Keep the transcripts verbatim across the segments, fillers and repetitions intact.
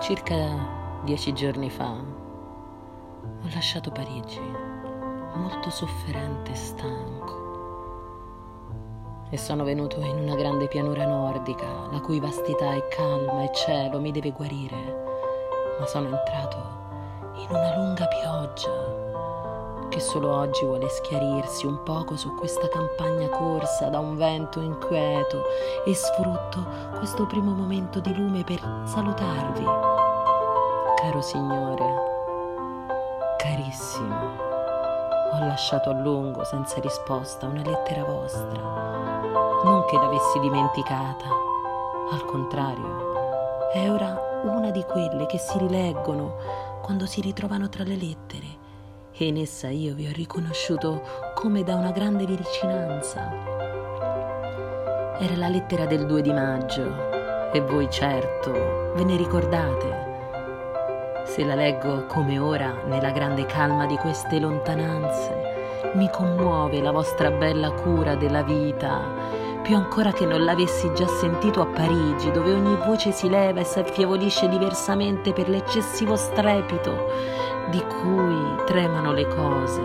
Circa dieci giorni fa ho lasciato Parigi, molto sofferente e stanco, e sono venuto in una grande pianura nordica, la cui vastità e calma e cielo mi deve guarire, ma sono entrato in una lunga pioggia che solo oggi vuole schiarirsi un poco su questa campagna corsa da un vento inquieto, e sfrutto questo primo momento di lume per salutarvi. Caro Signore, carissimo, ho lasciato a lungo senza risposta una lettera vostra, non che l'avessi dimenticata, al contrario, è ora una di quelle che si rileggono quando si ritrovano tra le lettere, e in essa io vi ho riconosciuto come da una grande vicinanza. Era la lettera del due di maggio, e voi certo ve ne ricordate. Se la leggo come ora, nella grande calma di queste lontananze, mi commuove la vostra bella cura della vita, più ancora che non l'avessi già sentito a Parigi, dove ogni voce si leva e si affievolisce diversamente per l'eccessivo strepito di cui tremano le cose.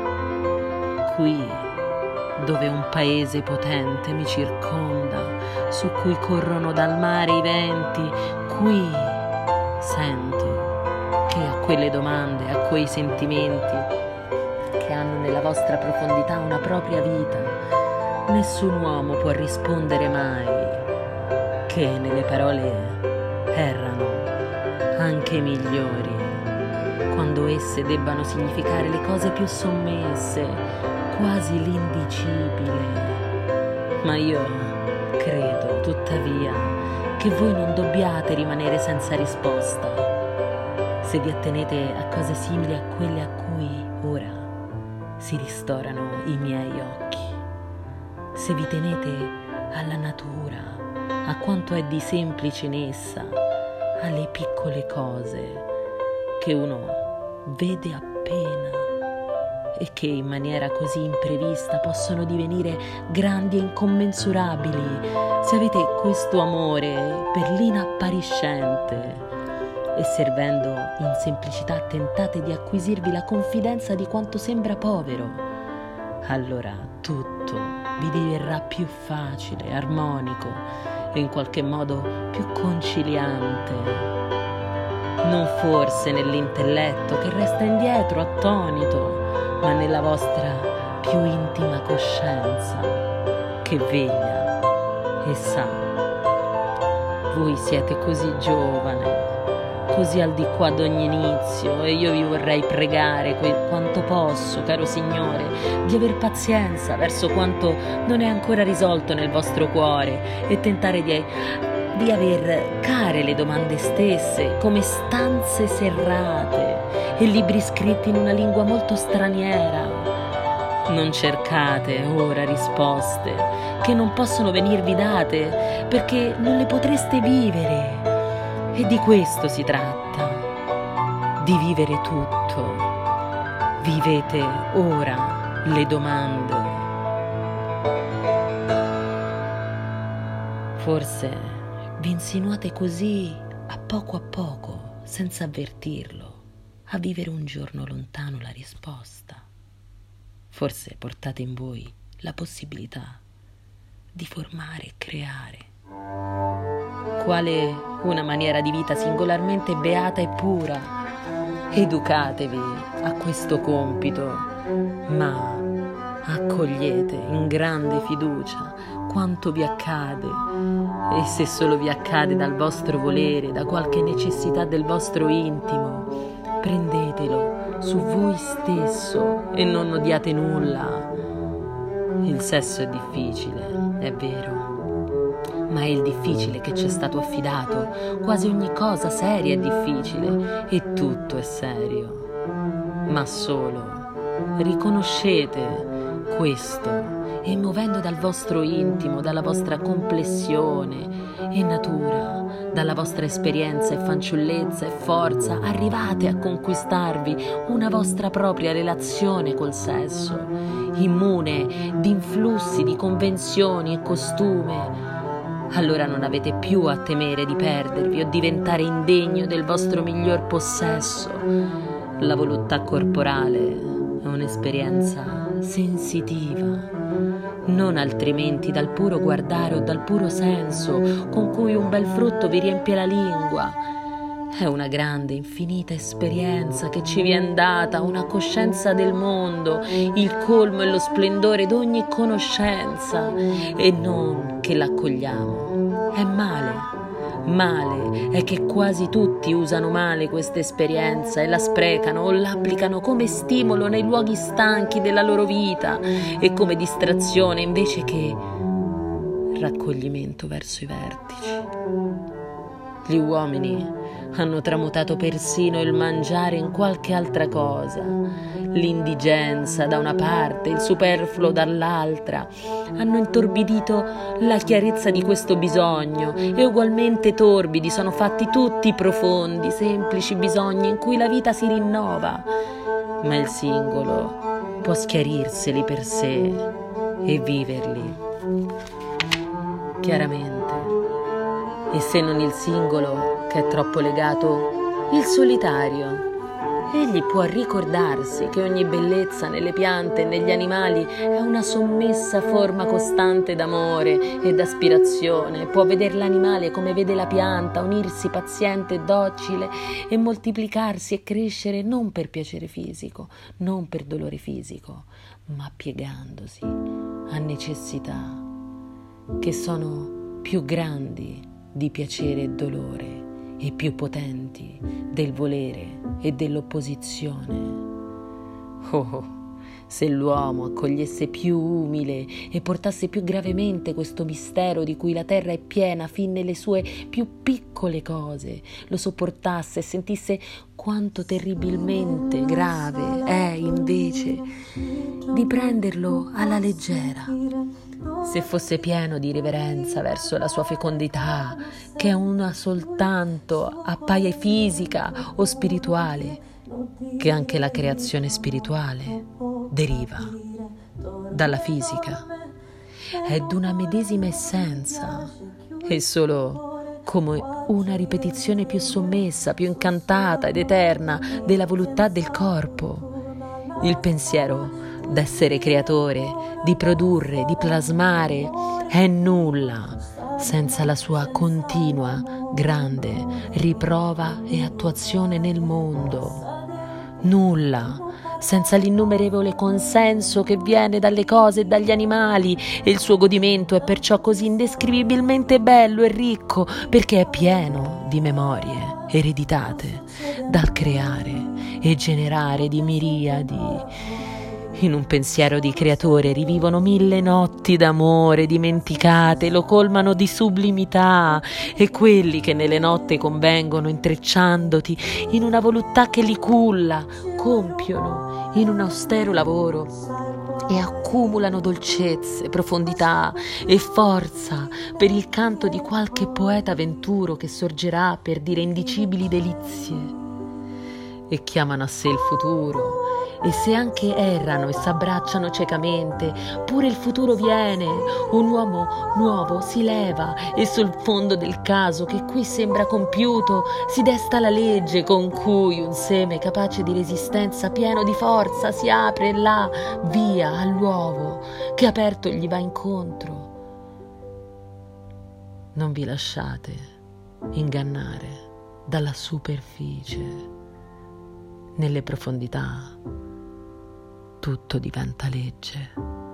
Qui, dove un paese potente mi circonda, su cui corrono dal mare i venti, qui sento che a quelle domande, a quei sentimenti che hanno nella vostra profondità una propria vita, nessun uomo può rispondere mai, che nelle parole errano anche i migliori, quando esse debbano significare le cose più sommesse, quasi l'indicibile. Ma io credo, tuttavia, che voi non dobbiate rimanere senza risposta, se vi attenete a cose simili a quelle a cui ora si ristorano i miei occhi. Se vi tenete alla natura, a quanto è di semplice in essa, alle piccole cose che uno vede appena e che in maniera così imprevista possono divenire grandi e incommensurabili, se avete questo amore per l'inappariscente e servendo in semplicità tentate di acquisirvi la confidenza di quanto sembra povero, allora tutto vi diverrà più facile, armonico e in qualche modo più conciliante. Non forse nell'intelletto che resta indietro attonito, ma nella vostra più intima coscienza che veglia e sa. Voi siete così giovane, così al di qua d'ogni inizio, e io vi vorrei pregare que- quanto posso, caro Signore, di aver pazienza verso quanto non è ancora risolto nel vostro cuore, e tentare di, di aver care le domande stesse come stanze serrate e libri scritti in una lingua molto straniera. Non cercate ora risposte che non possono venirvi date, perché non le potreste vivere. E di questo si tratta, di vivere tutto. Vivete ora le domande. Forse vi insinuate così a poco a poco, senza avvertirlo, a vivere un giorno lontano la risposta. Forse portate in voi la possibilità di formare e creare. Quale una maniera di vita singolarmente beata e pura. Educatevi a questo compito, ma accogliete in grande fiducia quanto vi accade, e se solo vi accade dal vostro volere, da qualche necessità del vostro intimo, prendetelo su voi stesso e non odiate nulla. Il sesso è difficile, è vero, ma è il difficile che ci è stato affidato. Quasi ogni cosa seria è difficile, e tutto è serio. Ma solo riconoscete questo, e muovendo dal vostro intimo, dalla vostra complessione e natura, dalla vostra esperienza e fanciullezza e forza, arrivate a conquistarvi una vostra propria relazione col sesso, immune di influssi di convenzioni e costume, allora non avete più a temere di perdervi o diventare indegno del vostro miglior possesso. La volontà corporale è un'esperienza sensitiva, non altrimenti dal puro guardare o dal puro senso con cui un bel frutto vi riempie la lingua. È una grande, infinita esperienza che ci viene data, una coscienza del mondo, il colmo e lo splendore d'ogni conoscenza, e non che l'accogliamo. È male. Male è che quasi tutti usano male questa esperienza e la sprecano o l'applicano come stimolo nei luoghi stanchi della loro vita e come distrazione invece che raccoglimento verso i vertici. Gli uomini hanno tramutato persino il mangiare in qualche altra cosa, l'indigenza da una parte, il superfluo dall'altra, hanno intorbidito la chiarezza di questo bisogno e ugualmente torbidi sono fatti tutti i profondi, semplici bisogni in cui la vita si rinnova, ma il singolo può schiarirseli per sé e viverli chiaramente. E se non il singolo, che è troppo legato, il solitario. Egli può ricordarsi che ogni bellezza nelle piante e negli animali è una sommessa forma costante d'amore e d'aspirazione. Può vedere l'animale come vede la pianta, unirsi paziente e docile e moltiplicarsi e crescere non per piacere fisico, non per dolore fisico, ma piegandosi a necessità che sono più grandi di piacere e dolore e più potenti del volere e dell'opposizione. Oh, oh, se l'uomo accogliesse più umile e portasse più gravemente questo mistero di cui la terra è piena fin nelle sue più piccole cose, lo sopportasse e sentisse quanto terribilmente grave è invece di prenderlo alla leggera, se fosse pieno di riverenza verso la sua fecondità, che è una soltanto appaia fisica o spirituale, che anche la creazione spirituale deriva dalla fisica, è d'una medesima essenza, è solo come una ripetizione più sommessa, più incantata ed eterna della volontà del corpo. Il pensiero d'essere creatore, di produrre, di plasmare, è nulla senza la sua continua, grande riprova e attuazione nel mondo. Nulla senza l'innumerevole consenso che viene dalle cose e dagli animali, e il suo godimento è perciò così indescrivibilmente bello e ricco, perché è pieno di memorie ereditate dal creare e generare di miriadi. In un pensiero di creatore rivivono mille notti d'amore dimenticate, lo colmano di sublimità, e quelli che nelle notti convengono intrecciandoti in una voluttà che li culla, compiono in un austero lavoro e accumulano dolcezze, profondità e forza per il canto di qualche poeta avventuro che sorgerà per dire indicibili delizie, e chiamano a sé il futuro. E se anche errano e s'abbracciano ciecamente, pure il futuro viene, un uomo nuovo si leva, e sul fondo del caso che qui sembra compiuto si desta la legge con cui un seme capace di resistenza, pieno di forza, si apre là via all'uovo che aperto gli va incontro. Non vi lasciate ingannare dalla superficie. Nelle profondità tutto diventa legge,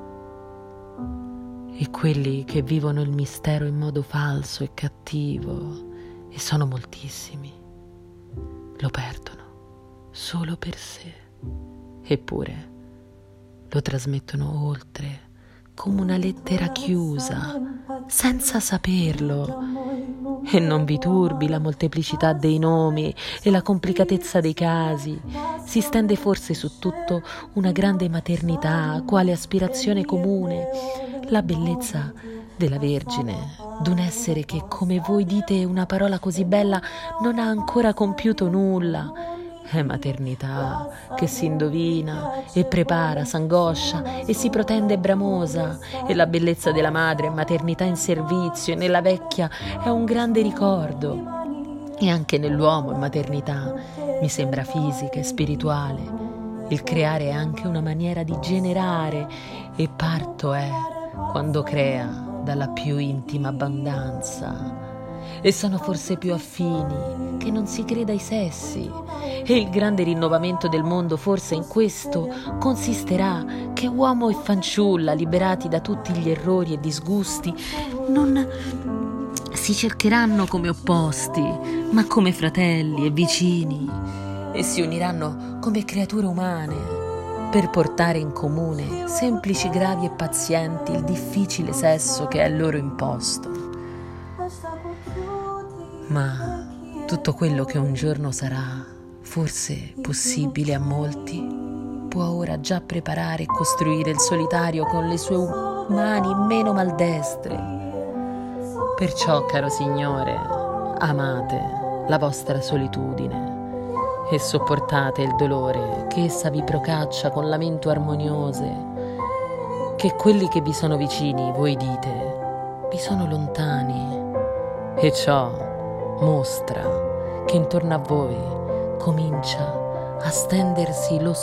e quelli che vivono il mistero in modo falso e cattivo, e sono moltissimi, lo perdono solo per sé, eppure lo trasmettono oltre come una lettera chiusa, senza saperlo. E non vi turbi la molteplicità dei nomi e la complicatezza dei casi. Si stende forse su tutto una grande maternità, quale aspirazione comune, la bellezza della Vergine, d'un essere che, come voi dite una parola così bella, non ha ancora compiuto nulla, È maternità che si indovina e prepara, s'angoscia e si protende bramosa, e la bellezza della madre è maternità in servizio, e nella vecchia è un grande ricordo, e anche nell'uomo è maternità, mi sembra fisica e spirituale. Il creare è anche una maniera di generare, e parto è quando crea dalla più intima abbondanza. E sono forse più affini che non si creda ai sessi, e il grande rinnovamento del mondo forse in questo consisterà, che uomo e fanciulla, liberati da tutti gli errori e disgusti, non si cercheranno come opposti, ma come fratelli e vicini, e si uniranno come creature umane per portare in comune, semplici, gravi e pazienti, il difficile sesso che è loro imposto. Ma tutto quello che un giorno sarà, forse possibile a molti, può ora già preparare e costruire il solitario con le sue mani meno maldestre. Perciò, caro Signore, amate la vostra solitudine e sopportate il dolore che essa vi procaccia con lamento armoniose, che quelli che vi sono vicini, voi dite, vi sono lontani, e ciò mostra che intorno a voi comincia a stendersi lo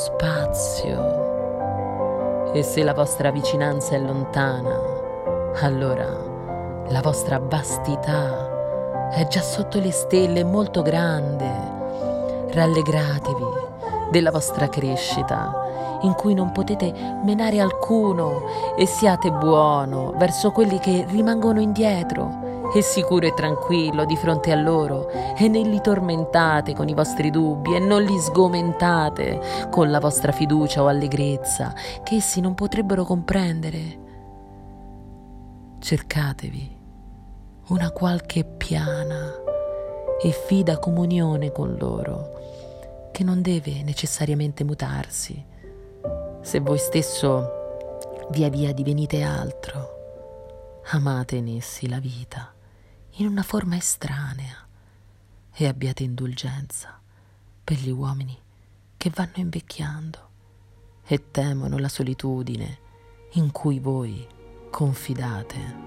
spazio, e se la vostra vicinanza è lontana, allora la vostra vastità è già sotto le stelle, molto grande. Rallegratevi della vostra crescita, in cui non potete menare alcuno, e siate buono verso quelli che rimangono indietro, e sicuro e tranquillo di fronte a loro, e non li tormentate con i vostri dubbi, e non li sgomentate con la vostra fiducia o allegrezza, che essi non potrebbero comprendere. Cercatevi una qualche piana e fida comunione con loro, che non deve necessariamente mutarsi, se voi stesso via via divenite altro. Amate in essi la vita in una forma estranea, e abbiate indulgenza per gli uomini che vanno invecchiando e temono la solitudine in cui voi confidate.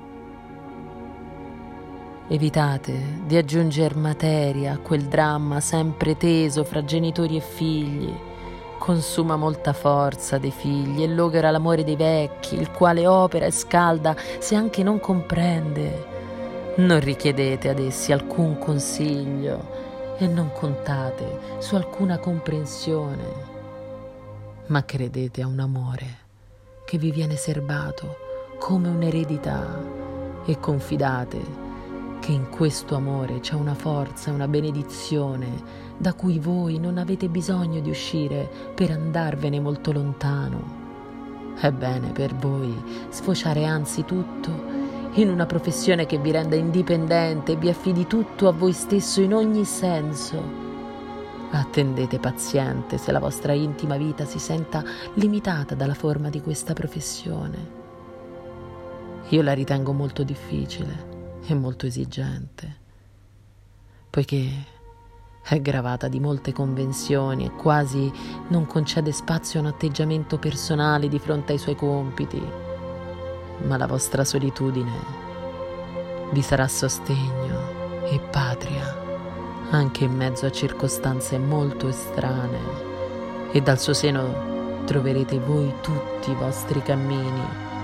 Evitate di aggiunger materia a quel dramma sempre teso fra genitori e figli. Consuma molta forza dei figli e logora l'amore dei vecchi, il quale opera e scalda se anche non comprende. Non richiedete ad essi alcun consiglio e non contate su alcuna comprensione, ma credete a un amore che vi viene serbato come un'eredità, e confidate che in questo amore c'è una forza e una benedizione da cui voi non avete bisogno di uscire per andarvene molto lontano. È bene per voi sfociare anzitutto in una professione che vi renda indipendente e vi affidi tutto a voi stesso in ogni senso. Attendete paziente se la vostra intima vita si senta limitata dalla forma di questa professione. Io la ritengo molto difficile e molto esigente, poiché è gravata di molte convenzioni e quasi non concede spazio a un atteggiamento personale di fronte ai suoi compiti. Ma la vostra solitudine vi sarà sostegno e patria anche in mezzo a circostanze molto estranee, e dal suo seno troverete voi tutti i vostri cammini.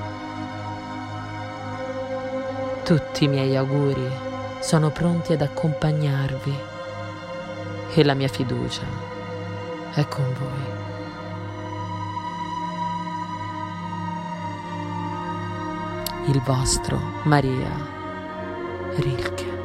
Tutti i miei auguri sono pronti ad accompagnarvi, e la mia fiducia è con voi. Il vostro Maria Rilke.